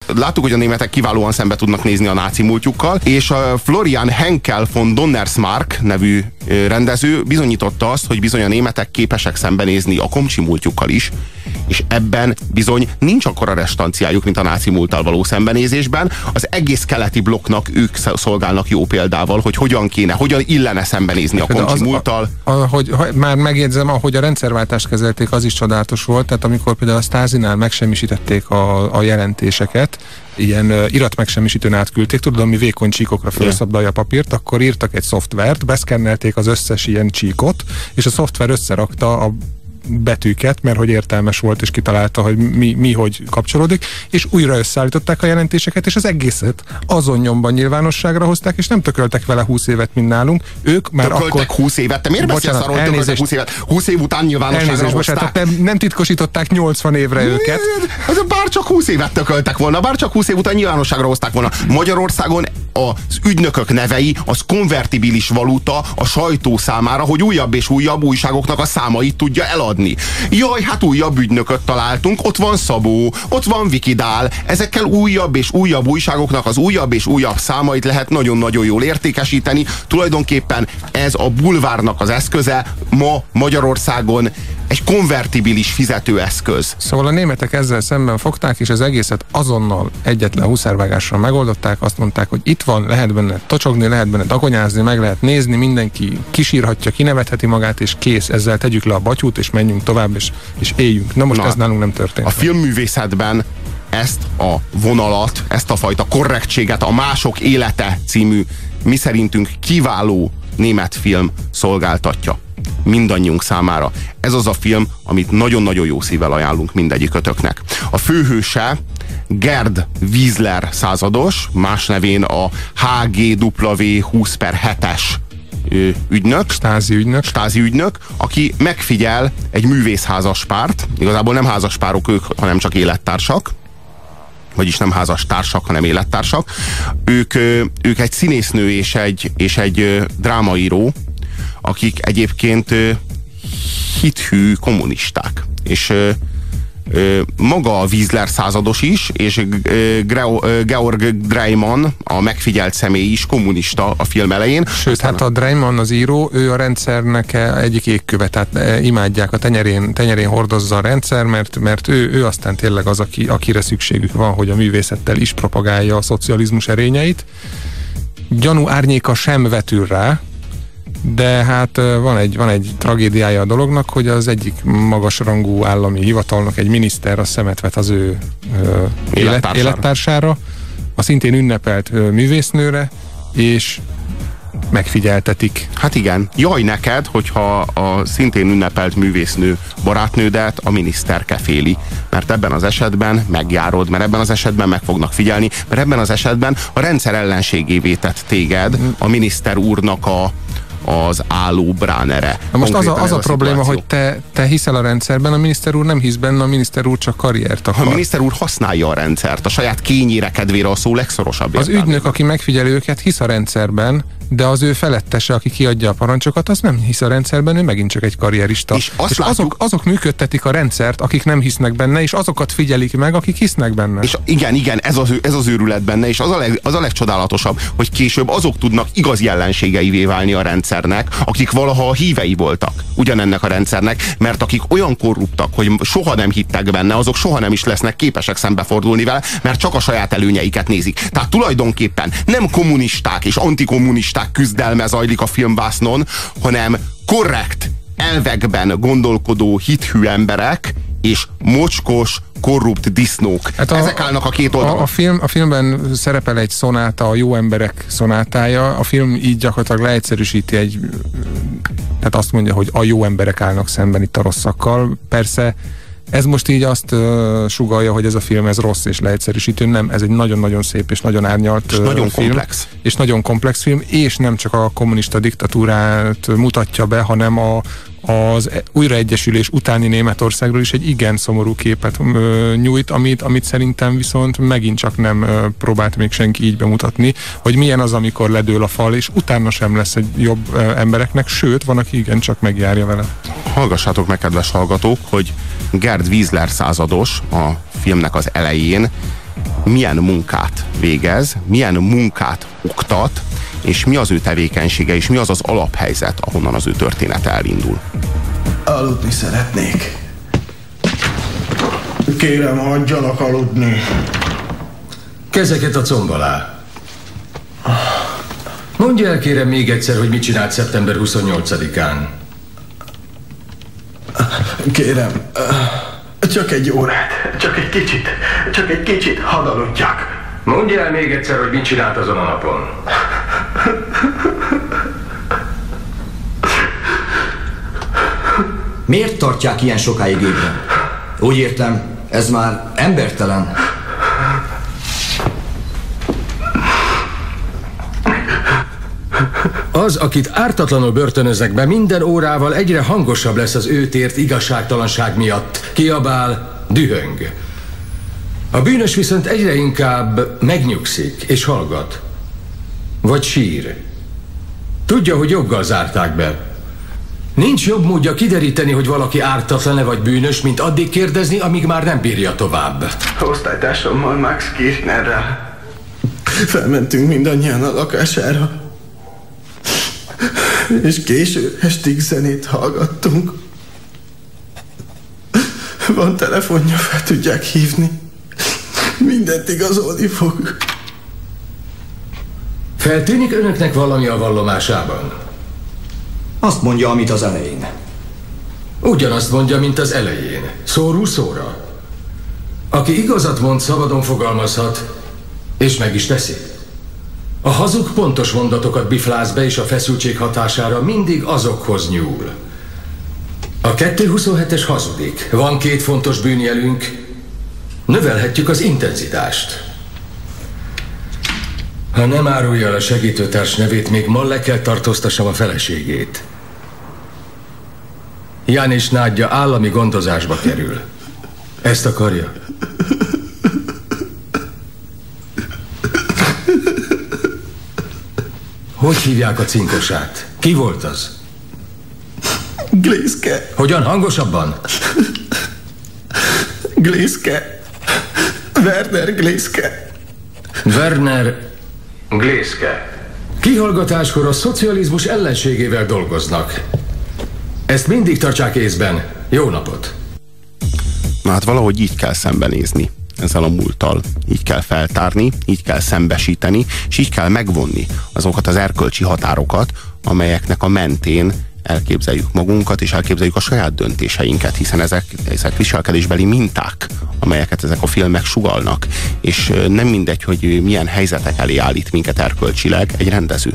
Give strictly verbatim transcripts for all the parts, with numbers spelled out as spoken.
láttuk, hogy a németek kiválóan szembe tudnak nézni a náci múltjukkal, és a Florian Henkel von Donnersmarck nevű rendező bizonyította azt, hogy bizony a németek képesek szembenézni a komcsi múltjukkal is, és ebben bizony nincs akkora restanciájuk, mint a náci múlttal való szembenézésben. Az egész keleti blokknak ők szolgálnak jó példával, hogy hogyan kéne, hogyan illene szembenézni a komcsi múlttal. Ahogy már megjegyzem, ahogy a rendszerváltást kezelték, az is csodálatos volt, tehát amikor például a Stasi-nál megsemmisítették a, a jelentéseket, ilyen uh, iratmegsemmisítőn átküldték, tudod, ami vékony csíkokra felszabdalja a papírt, akkor írtak egy szoftvert, beszkennelték az összes ilyen csíkot, és a szoftver összerakta a betűket, mert hogy értelmes volt, és kitalálta, hogy mi, mi hogy kapcsolódik, és újra összeállították a jelentéseket, és az egészet azon nyomban nyilvánosságra hozták, és nem tököltek vele húsz évet, mint nálunk. Ők már tököltek akkor... húsz évet? Te miért beszélsz arról, hogy tököltek húsz évet? húsz év után nyilvánosságra elnézést, hozták? Bocsánat, nem, nem titkosították nyolcvan évre őket. Bár csak húsz évet tököltek volna, bár csak húsz év után nyilvánosságra hozták volna. Magyarországon az ügynökök nevei az konvertibilis valuta a sajtó számára, hogy újabb és újabb újságoknak a számait tudja eladni. Jaj, hát újabb ügynököt találtunk, ott van Szabó, ott van Wikidál, ezekkel újabb és újabb újságoknak az újabb és újabb számait lehet nagyon-nagyon jól értékesíteni. Tulajdonképpen ez a bulvárnak az eszköze ma Magyarországon egy konvertibilis fizetőeszköz. Szóval a németek ezzel szemben fogták, és az egészet azonnal egyetlen huszárvágásra megoldották, azt mondták, hogy itt van, lehet benne tocsogni, lehet benne dagonyázni, meg lehet nézni, mindenki kisírhatja, kinevetheti magát, és kész, ezzel tegyük le a batyút, és menjünk tovább, és, és éljünk. Na most Na, ez nálunk nem történt. A filmművészetben ezt a vonalat, ezt a fajta korrektséget, a Mások élete című, mi szerintünk kiváló német film szolgáltatja mindannyiunk számára. Ez az a film, amit nagyon-nagyon jó szívvel ajánlunk mindegyikötöknek. A főhőse Gerd Wiesler százados, más nevén a há gé dupla vé húsz per hetes ügynök, Stázi ügynök. Stázi ügynök, aki megfigyel egy művészházas párt, igazából nem házas párok ők, hanem csak élettársak, vagyis nem házas társak, hanem élettársak. Ők, ők egy színésznő és egy, és egy drámaíró, akik egyébként hithű kommunisták. És maga a Wiesler százados is, és Georg Dreymann, a megfigyelt személy is kommunista a film elején. Sőt, aztán hát a Dreymann az író, ő a rendszernek egyik égköve, tehát imádják, a tenyerén, tenyerén hordozza a rendszer, mert, mert ő, ő aztán tényleg az, aki, akire szükségük van, hogy a művészettel is propagálja a szocializmus erényeit. Gyanú árnyéka sem vetül rá, de hát van egy, van egy tragédiája a dolognak, hogy az egyik magasrangú állami hivatalnak egy miniszter a szemet vet az ő ö, élet, élettársára, a szintén ünnepelt ö, művésznőre, és megfigyeltetik. Hát igen. Jaj neked, hogyha a szintén ünnepelt művésznő barátnődet a miniszter keféli. Mert ebben az esetben megjárod, mert ebben az esetben meg fognak figyelni, mert ebben az esetben a rendszer ellenségévé tett téged a miniszter úrnak a az álló bránere. Na most az a, az a, a probléma, hogy te, te hiszel a rendszerben, a miniszter úr nem hisz benne, a miniszter úr csak karriert akar. A miniszter úr használja a rendszert, a saját kényére, kedvére, a szó legszorosabb Az ügynök, aki megfigyeli őket, hisz a rendszerben, de az ő felettese, aki kiadja a parancsokat, az nem hisz a rendszerben, ő megint csak egy karrierista. És, és látjuk, azok, azok működtetik a rendszert, akik nem hisznek benne, és azokat figyelik meg, akik hisznek benne. És igen, igen, ez az, ez az őrület benne, és az a, leg, az a legcsodálatosabb, hogy később azok tudnak igazi ellenségeivé válni a rendszernek, akik valaha a hívei voltak ugyanennek a rendszernek, mert akik olyan korruptak, hogy soha nem hittek benne, azok soha nem is lesznek képesek szembefordulni vele, mert csak a saját előnyeiket nézik. Tehát tulajdonképpen nem kommunisták és antikommunisták küzdelme zajlik a filmvásznon, hanem korrekt elvekben gondolkodó hithű emberek és mocskos, korrupt disznók. Hát a, Ezek állnak a két oldalon. A, a, film, a filmben szerepel egy szonáta, a jó emberek szonátája. A film így gyakorlatilag leegyszerűsíti egy... Tehát azt mondja, hogy a jó emberek állnak szemben itt a rosszakkal. Persze ez most így azt uh, sugallja, hogy ez a film ez rossz és leegyszerűsítő. Nem, ez egy nagyon-nagyon szép és nagyon árnyalt és uh, nagyon film. Komplex. És nagyon komplex film, és nem csak a kommunista diktatúrát mutatja be, hanem a, az újraegyesülés utáni Németországról is egy igen szomorú képet ö, nyújt, amit, amit szerintem viszont megint csak nem ö, próbált még senki így bemutatni, hogy milyen az, amikor ledől a fal, és utána sem lesz egy jobb ö, embereknek, sőt, van, aki igen csak megjárja vele. Hallgassátok meg, kedves hallgatók, hogy Gerd Wiesler százados a filmnek az elején milyen munkát végez, milyen munkát oktat, és mi az ő tevékenysége, és mi az az alaphelyzet, ahonnan az ő története elindul. Aludni szeretnék. Kérem, hagyjanak aludni. Kezeket a comb alá. Mondja el, kérem, még egyszer, hogy mit csinált szeptember huszonnyolcadikán. Kérem, csak egy órát, csak egy kicsit, csak egy kicsit, hadd aludjak. Mondja el még egyszer, hogy mit csinált azon a napon. Miért tartják ilyen sokáig ébren? Úgy értem, ez már embertelen. Az, akit ártatlanul börtönöznek be, minden órával egyre hangosabb lesz az őt ért igazságtalanság miatt. Kiabál, dühöng. A bűnös viszont egyre inkább megnyugszik és hallgat. Vagy sír. Tudja, hogy joggal zárták be. Nincs jobb módja kideríteni, hogy valaki ártatlan-e vagy bűnös, mint addig kérdezni, amíg már nem bírja tovább. Osztálytársammal, Max Kirchnerrel felmentünk mindannyian a lakására, és késő estig zenét hallgattunk. Van telefonja, fel tudják hívni. Mindent igazolni fog. Feltűnik önöknek valami a vallomásában? Azt mondja, amit az elején. Ugyanazt mondja, mint az elején. Szóról szóra. Aki igazat mond, szabadon fogalmazhat, és meg is teszi. A hazug pontos mondatokat bifláz be, és a feszültség hatására mindig azokhoz nyúl. A kettőszázhuszonhetes hazudik. Van két fontos bűnjelünk. Növelhetjük az intenzitást. Ha nem árulja el a segítőtárs nevét, még ma le kell tartóztassam a feleségét. János Nádja állami gondozásba kerül. Ezt akarja? Hogy hívják a cinkosát? Ki volt az? Glészke. Hogyan? Hangosabban? Glészke. Werner Glészke. Werner Glészke. Kihallgatáskor a szocializmus ellenségével dolgoznak. Ezt mindig tartsák észben. Jó napot! Na hát valahogy így kell szembenézni ezzel a múlttal. Így kell feltárni, így kell szembesíteni, és így kell megvonni azokat az erkölcsi határokat, amelyeknek a mentén elképzeljük magunkat, és elképzeljük a saját döntéseinket, hiszen ezek, ezek viselkedésbeli minták, amelyeket ezek a filmek sugallnak, és nem mindegy, hogy milyen helyzetek elé állít minket erkölcsileg egy rendező.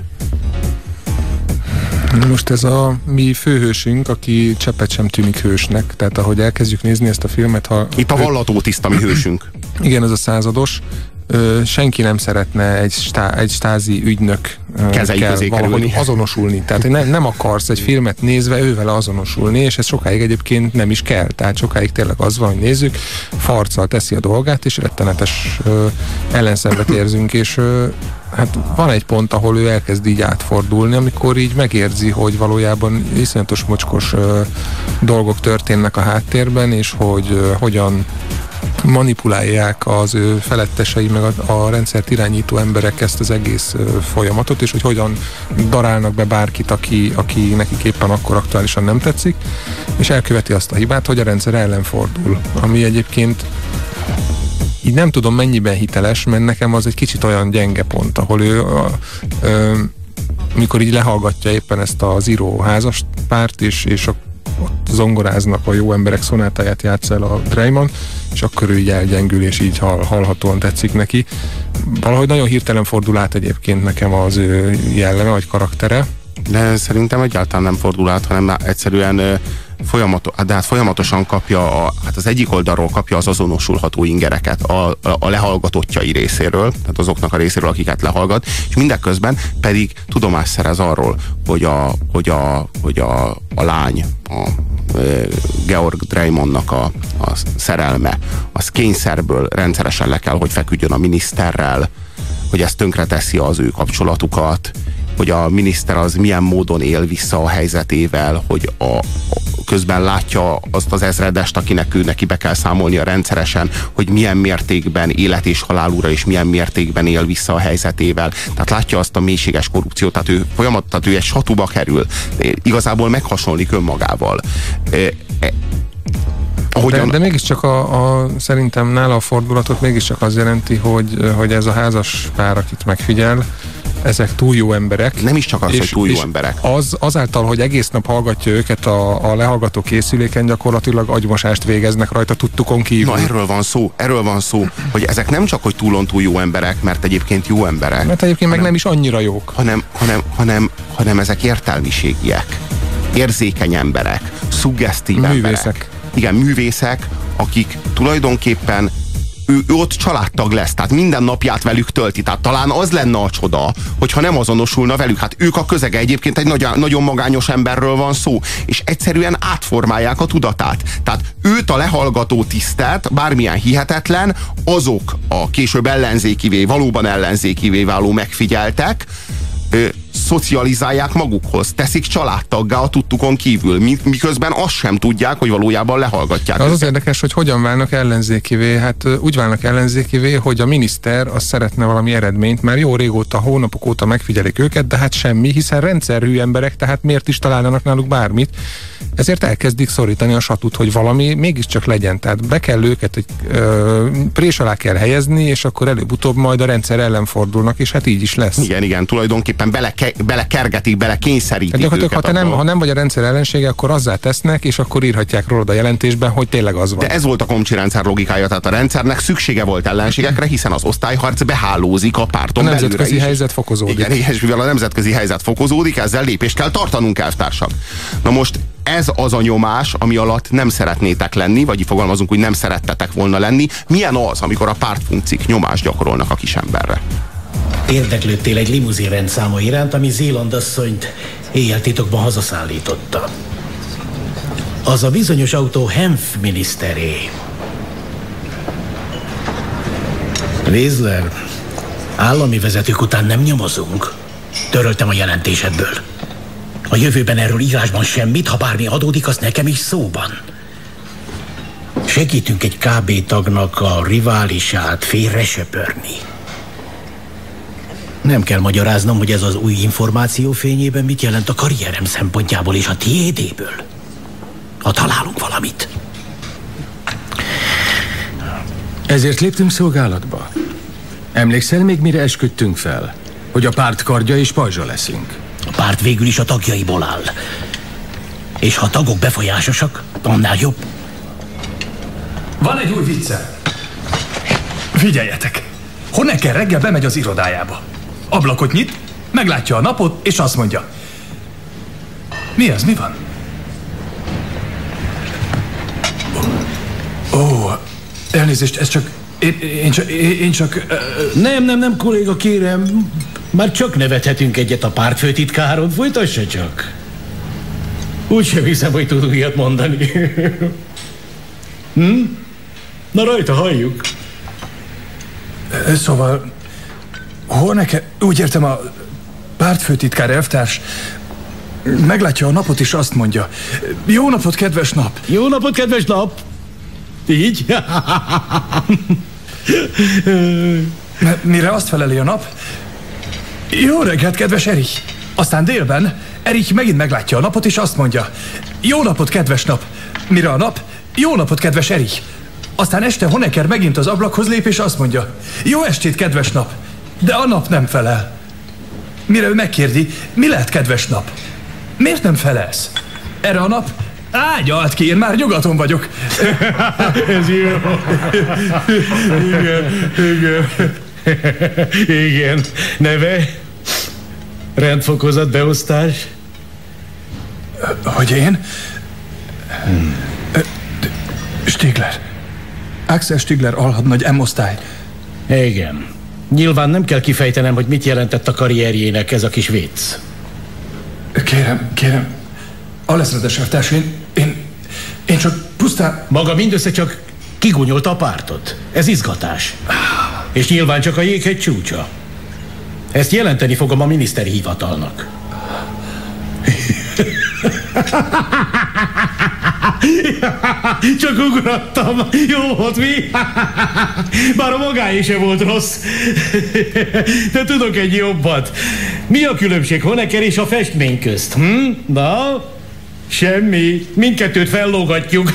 Most ez a mi főhősünk, aki cseppet sem tűnik hősnek, tehát ahogy elkezdjük nézni ezt a filmet, ha... Itt a vallató tiszta mi hősünk. Igen, ez a százados. Ö, senki nem szeretne egy, stá, egy stázi ügynök kezei közé kerülni, azonosulni. Tehát ne, nem akarsz egy filmet nézve ővele azonosulni, és ez sokáig egyébként nem is kell. Tehát sokáig tényleg az van, hogy nézzük, farccal teszi a dolgát, és rettenetes ö, ellenszenvet érzünk, és ö, hát van egy pont, ahol ő elkezd így átfordulni, amikor így megérzi, hogy valójában iszonyatos mocskos ö, dolgok történnek a háttérben, és hogy ö, hogyan manipulálják az ő felettesei, meg a, a rendszert irányító emberek ezt az egész ö, folyamatot, és hogy hogyan darálnak be bárkit, aki, aki nekik éppen akkor aktuálisan nem tetszik, és elköveti azt a hibát, hogy a rendszer ellen fordul, ami egyébként így nem tudom mennyiben hiteles, mert nekem az egy kicsit olyan gyenge pont, ahol ő a, ö, mikor így lehallgatja éppen ezt az író házaspárt, és, és a, ott zongoráznak, a jó emberek szonátáját játsz el a Draiman, és akkor ő így elgyengül, és így hall, hallhatóan tetszik neki. Valahogy nagyon hirtelen fordul át egyébként nekem az ő jelleme, vagy karaktere. De szerintem egyáltalán nem fordul át, hanem egyszerűen folyamatos, de hát folyamatosan kapja, a, hát az egyik oldalról kapja az azonosulható ingereket a, a, a lehallgatottjai részéről, tehát azoknak a részéről, akiket lehallgat, és mindeközben pedig tudomást szerez arról, hogy a, hogy a, hogy a, a lány, a Georg Draimannak a, a szerelme, az kényszerből rendszeresen le kell, hogy feküdjön a miniszterrel, hogy ez tönkreteszi az ő kapcsolatukat, hogy a miniszter az milyen módon él vissza a helyzetével, hogy a, a közben látja azt az ezredest, akinek ő neki be kell számolnia rendszeresen, hogy milyen mértékben élet és halálúra, és milyen mértékben él vissza a helyzetével. Tehát látja azt a mélységes korrupciót, tehát ő folyamat, tehát ő egy satuba kerül. Igazából meghasonlik önmagával. E, e, De, de mégiscsak a, a, szerintem nála a fordulatot mégiscsak az jelenti, hogy, hogy ez a házas pár, akit megfigyel, ezek túl jó emberek. Nem is csak az, és, hogy túl jó emberek. Az, azáltal, hogy egész nap hallgatja őket a, a lehallgató készüléken, gyakorlatilag agymosást végeznek rajta tudtukon kívül. Na, erről van szó, erről van szó, hogy ezek nem csak, hogy túlon túl jó emberek, mert egyébként jó emberek. Mert egyébként hanem, meg nem is annyira jók. Hanem, hanem, hanem, hanem ezek értelmiségiek, érzékeny emberek, szuggesztív művészek. emberek. Igen, művészek, akik tulajdonképpen ő, ő ott családtag lesz, tehát minden napját velük tölti, tehát talán az lenne a csoda, hogyha nem azonosulna velük. Hát ők a közege, egyébként egy nagy, nagyon magányos emberről van szó, és egyszerűen átformálják a tudatát. Tehát őt a lehallgató tisztelt, bármilyen hihetetlen, azok a később ellenzékivé, valóban ellenzékivé váló megfigyeltek, ö, szocializálják magukhoz, teszik családtaggá a tudtukon kívül, miközben azt sem tudják, hogy valójában lehallgatják. Az őket. Az érdekes, hogy hogyan válnak ellenzékivé. Hát úgy válnak ellenzékivé, hogy a miniszter az szeretne valami eredményt, mert jó régóta, hónapok óta megfigyelik őket, de hát semmi, hiszen rendszerhű emberek, tehát miért is találnának náluk bármit. Ezért elkezdik szorítani a satut, hogy valami mégiscsak legyen. Tehát be kell őket egy ö, prés alá kell helyezni, és akkor előbb-utóbb majd a rendszer ellen fordulnak, és hát így is lesz. Igen, igen, tulajdonképpen bele belekergetik, bele kényszerítik hát őket. Ha, te nem, ha nem vagy a rendszer ellensége, akkor azzá tesznek, és akkor írhatják rólad a jelentésben, hogy tényleg az van. De ez volt a Komcsi rendszer logikája, tehát a rendszernek szüksége volt ellenségekre, hiszen az osztályharc behálózik a párton belülre is. A nemzetközi helyzet fokozódik. Igen, és mivel a nemzetközi helyzet fokozódik, ezzel lépést kell tartanunk, elvtársak. Na most ez az a nyomás, ami alatt nem szeretnétek lenni, vagy fogalmazunk, hogy nem szerettetek volna lenni. Milyen az, amikor a pártfunkciók nyomást gyakorolnak a kisemberre? Érdeklődtél egy limuzin rendszáma iránt, ami Zéland asszonyt éjjel titokban hazaszállította. Az a bizonyos autó Henf miniszteré. Wiesler, állami vezetők után nem nyomozunk. Töröltem a jelentésedből. A jövőben erről írásban semmit, ha bármi adódik, az nekem is szóban. Segítünk egy ká bé tagnak a riválisát félre söpörni. Nem kell magyaráznom, hogy ez az új információ fényében mit jelent a karrierem szempontjából és a tiédéből. Ha találunk valamit. Ezért léptünk szolgálatba. Emlékszel még, mire esküdtünk fel? Hogy a párt kardja és pajzsa leszünk. A párt végül is a tagjaiból áll. És ha a tagok befolyásosak, annál jobb. Van egy új viccem. Figyeljetek! Honecker reggel bemegy az irodájába. Ablakot nyit, meglátja a napot, és azt mondja. Mi az, mi van? Ó, elnézést, ez csak... Én, én csak... Én csak uh... Nem, nem, nem, kolléga, kérem. Már csak nevethetünk egyet a pártfőtitkáron, folytassa csak. Úgy sem hiszem, hogy tudunk ilyet mondani. hm? Na rajta, halljuk. Szóval... Honecker, úgy értem, a pártfőtitkár elvtárs meglátja a napot, és azt mondja. Jó napot, kedves nap! Jó napot, kedves nap! Így? Mire azt feleli a nap? Jó reggelt, kedves Erich! Aztán délben Erich megint meglátja a napot, és azt mondja. Jó napot, kedves nap! Mire a nap? Jó napot, kedves Erich! Aztán este Honecker megint az ablakhoz lép, és azt mondja. Jó estét, kedves nap! De a nap nem felel. Mire ő megkérdi, mi lehet, kedves nap? Miért nem felelsz? Erre a nap? Ágyalt ki, én már nyugaton vagyok. Ez jó. Igen, igen. Igen. Neve? Rendfokozat, beosztás? Hogy én? Hmm. Stigler. Axel Stigler, alhadnagy, M-osztály. Igen. Nyilván nem kell kifejtenem, hogy mit jelentett a karrierjének ez a kis vicc. Kérem, kérem. Alezredes elvtárs, én, én, én csak pusztán... Maga mindössze csak kigúnyolta a pártot. Ez izgatás. És nyilván csak a jéghegy csúcsa. Ezt jelenteni fogom a miniszteri hivatalnak. Csak ugrottam. Jó volt, mi? Bár a magáé se volt rossz. De tudok egy jobbat. Mi a különbség Honecker és a festmény közt? Hm? Na? Semmi. Mindkettőt fellógatjuk.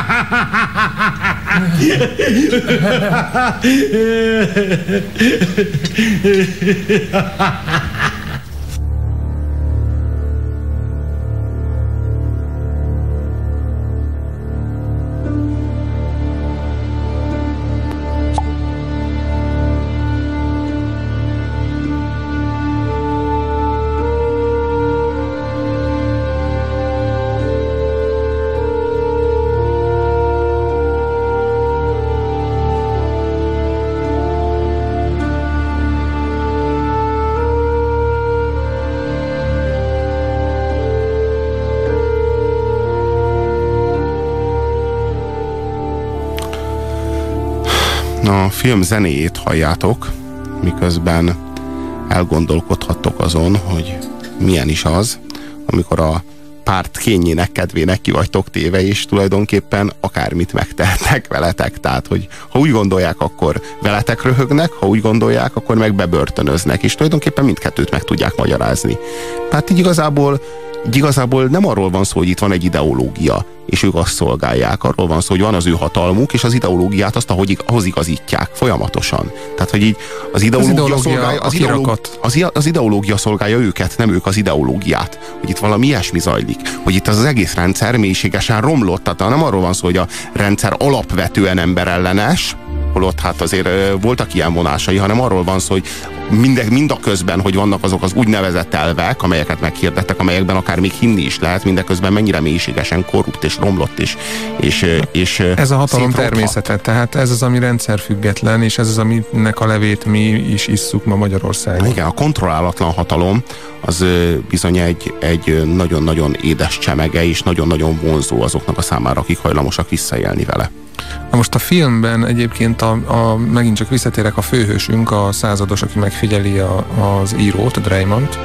A film zenéjét halljátok, miközben elgondolkodhattok azon, hogy milyen is az, amikor a párt kényének, kedvének ki vagytok téve, és tulajdonképpen akármit megtehetnek veletek. Tehát, hogy ha úgy gondolják, akkor veletek röhögnek, ha úgy gondolják, akkor meg bebörtönöznek, és tulajdonképpen mindkettőt meg tudják magyarázni. Tehát így igazából Igazából nem arról van szó, hogy itt van egy ideológia, és ők azt szolgálják. Arról van szó, hogy van az ő hatalmuk, és az ideológiát azt, ahogy, ahhoz igazítják folyamatosan. Tehát, hogy így az ideológia, az ideológia szolgálja, az, ideológia, az, az ideológia szolgálja őket, nem ők az ideológiát. Hogy itt valami ilyesmi zajlik. Hogy itt az, az egész rendszer mélységesen romlott. Tehát nem arról van szó, hogy a rendszer alapvetően emberellenes, holott hát azért voltak ilyen vonásai, hanem arról van szó, hogy mind, mindaközben, hogy vannak azok az úgynevezett elvek, amelyeket meghirdettek, amelyekben akár még hinni is lehet, mindeközben mennyire mélységesen korrupt és romlott és, és, és ez a hatalom természete, tehát ez az, ami rendszerfüggetlen, és ez az, aminek a levét mi is isszuk ma Magyarországon. Igen, a kontrollálatlan hatalom az bizony egy, egy nagyon-nagyon édes csemege, és nagyon-nagyon vonzó azoknak a számára, akik hajlamosak visszaélni vele. Na most a filmben egyébként a, a, megint csak visszatérek, a főhősünk, a százados, aki megfigyeli a, az írót, a Draymond,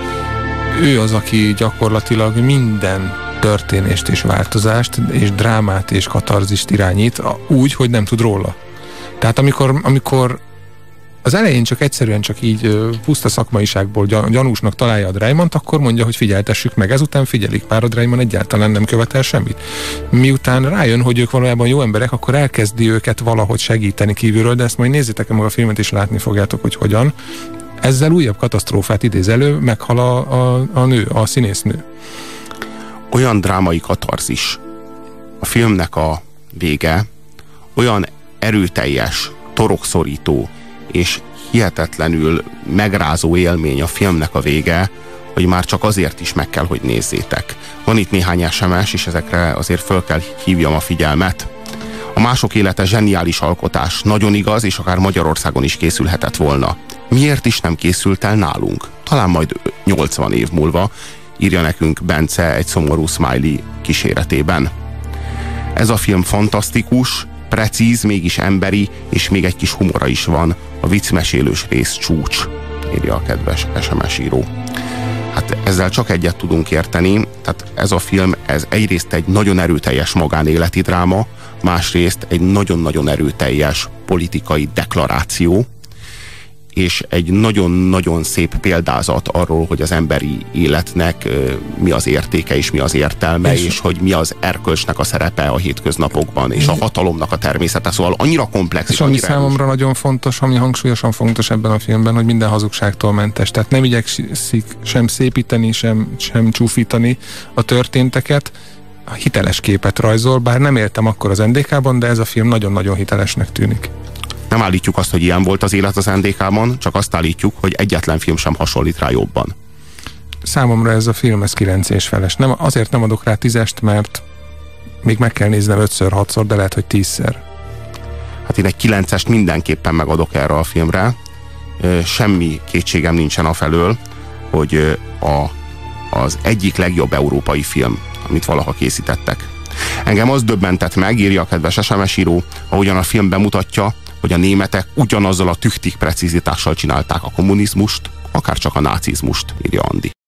ő az, aki gyakorlatilag minden történést és változást, és drámát és katarzist irányít úgy, hogy nem tud róla. Tehát amikor, amikor az elején csak egyszerűen csak így puszta szakmaiságból gyanúsnak találja a Draymond, akkor mondja, hogy figyeltessük meg. Ezután figyelik, bár a Draymond egyáltalán nem követel semmit. Miután rájön, hogy ők valójában jó emberek, akkor elkezdi őket valahogy segíteni kívülről, de ezt majd nézzétek meg a filmet, és látni fogjátok, hogy hogyan. Ezzel újabb katasztrófát idéz elő, meghal a, a, a nő, a színésznő. Olyan drámai katarzis a filmnek a vége, olyan erőteljes, torokszorító és hihetetlenül megrázó élmény a filmnek a vége, hogy már csak azért is meg kell, hogy nézzétek. Van itt néhány es em es, és ezekre azért föl kell hívjam a figyelmet. A Mások élete zseniális alkotás, nagyon igaz, és akár Magyarországon is készülhetett volna. Miért is nem készült el nálunk? Talán majd nyolcvan év múlva, írja nekünk Bence egy szomorú smiley kíséretében. Ez a film fantasztikus, precíz, mégis emberi, és még egy kis humora is van. A viccmesélős rész csúcs, írja a kedves es em es író. Hát ezzel csak egyet tudunk érteni. Tehát ez a film, ez egyrészt egy nagyon erőteljes magánéleti dráma, másrészt egy nagyon-nagyon erőteljes politikai deklaráció, és egy nagyon-nagyon szép példázat arról, hogy az emberi életnek mi az értéke és mi az értelme, és, és hogy mi az erkölcsnek a szerepe a hétköznapokban, és a hatalomnak a természete. Szóval annyira komplex. És, és ami számomra nagyon fontos, ami hangsúlyosan fontos ebben a filmben, hogy minden hazugságtól mentes. Tehát nem igyekszik sem szépíteni, sem, sem csúfítani a történteket, a hiteles képet rajzol, bár nem éltem akkor az en dé ká-ban, de ez a film nagyon-nagyon hitelesnek tűnik. Nem állítjuk azt, hogy ilyen volt az élet az en dé ká-ban, csak azt állítjuk, hogy egyetlen film sem hasonlít rá jobban. Számomra ez a film, ez kilenc és feles. Nem, azért nem adok rá tízest, mert még meg kell néznem ötször, hatszor, de lehet, hogy tízszer. Hát én egy kilencest mindenképpen megadok erre a filmre. Semmi kétségem nincsen afelől, hogy a, az egyik legjobb európai film, amit valaha készítettek. Engem az döbbentett meg, írja a kedves es em es író, ahogyan a film bemutatja, hogy a németek ugyanazzal a tüchtig precizitással csinálták a kommunizmust, akár csak a nácizmust, írja Andi.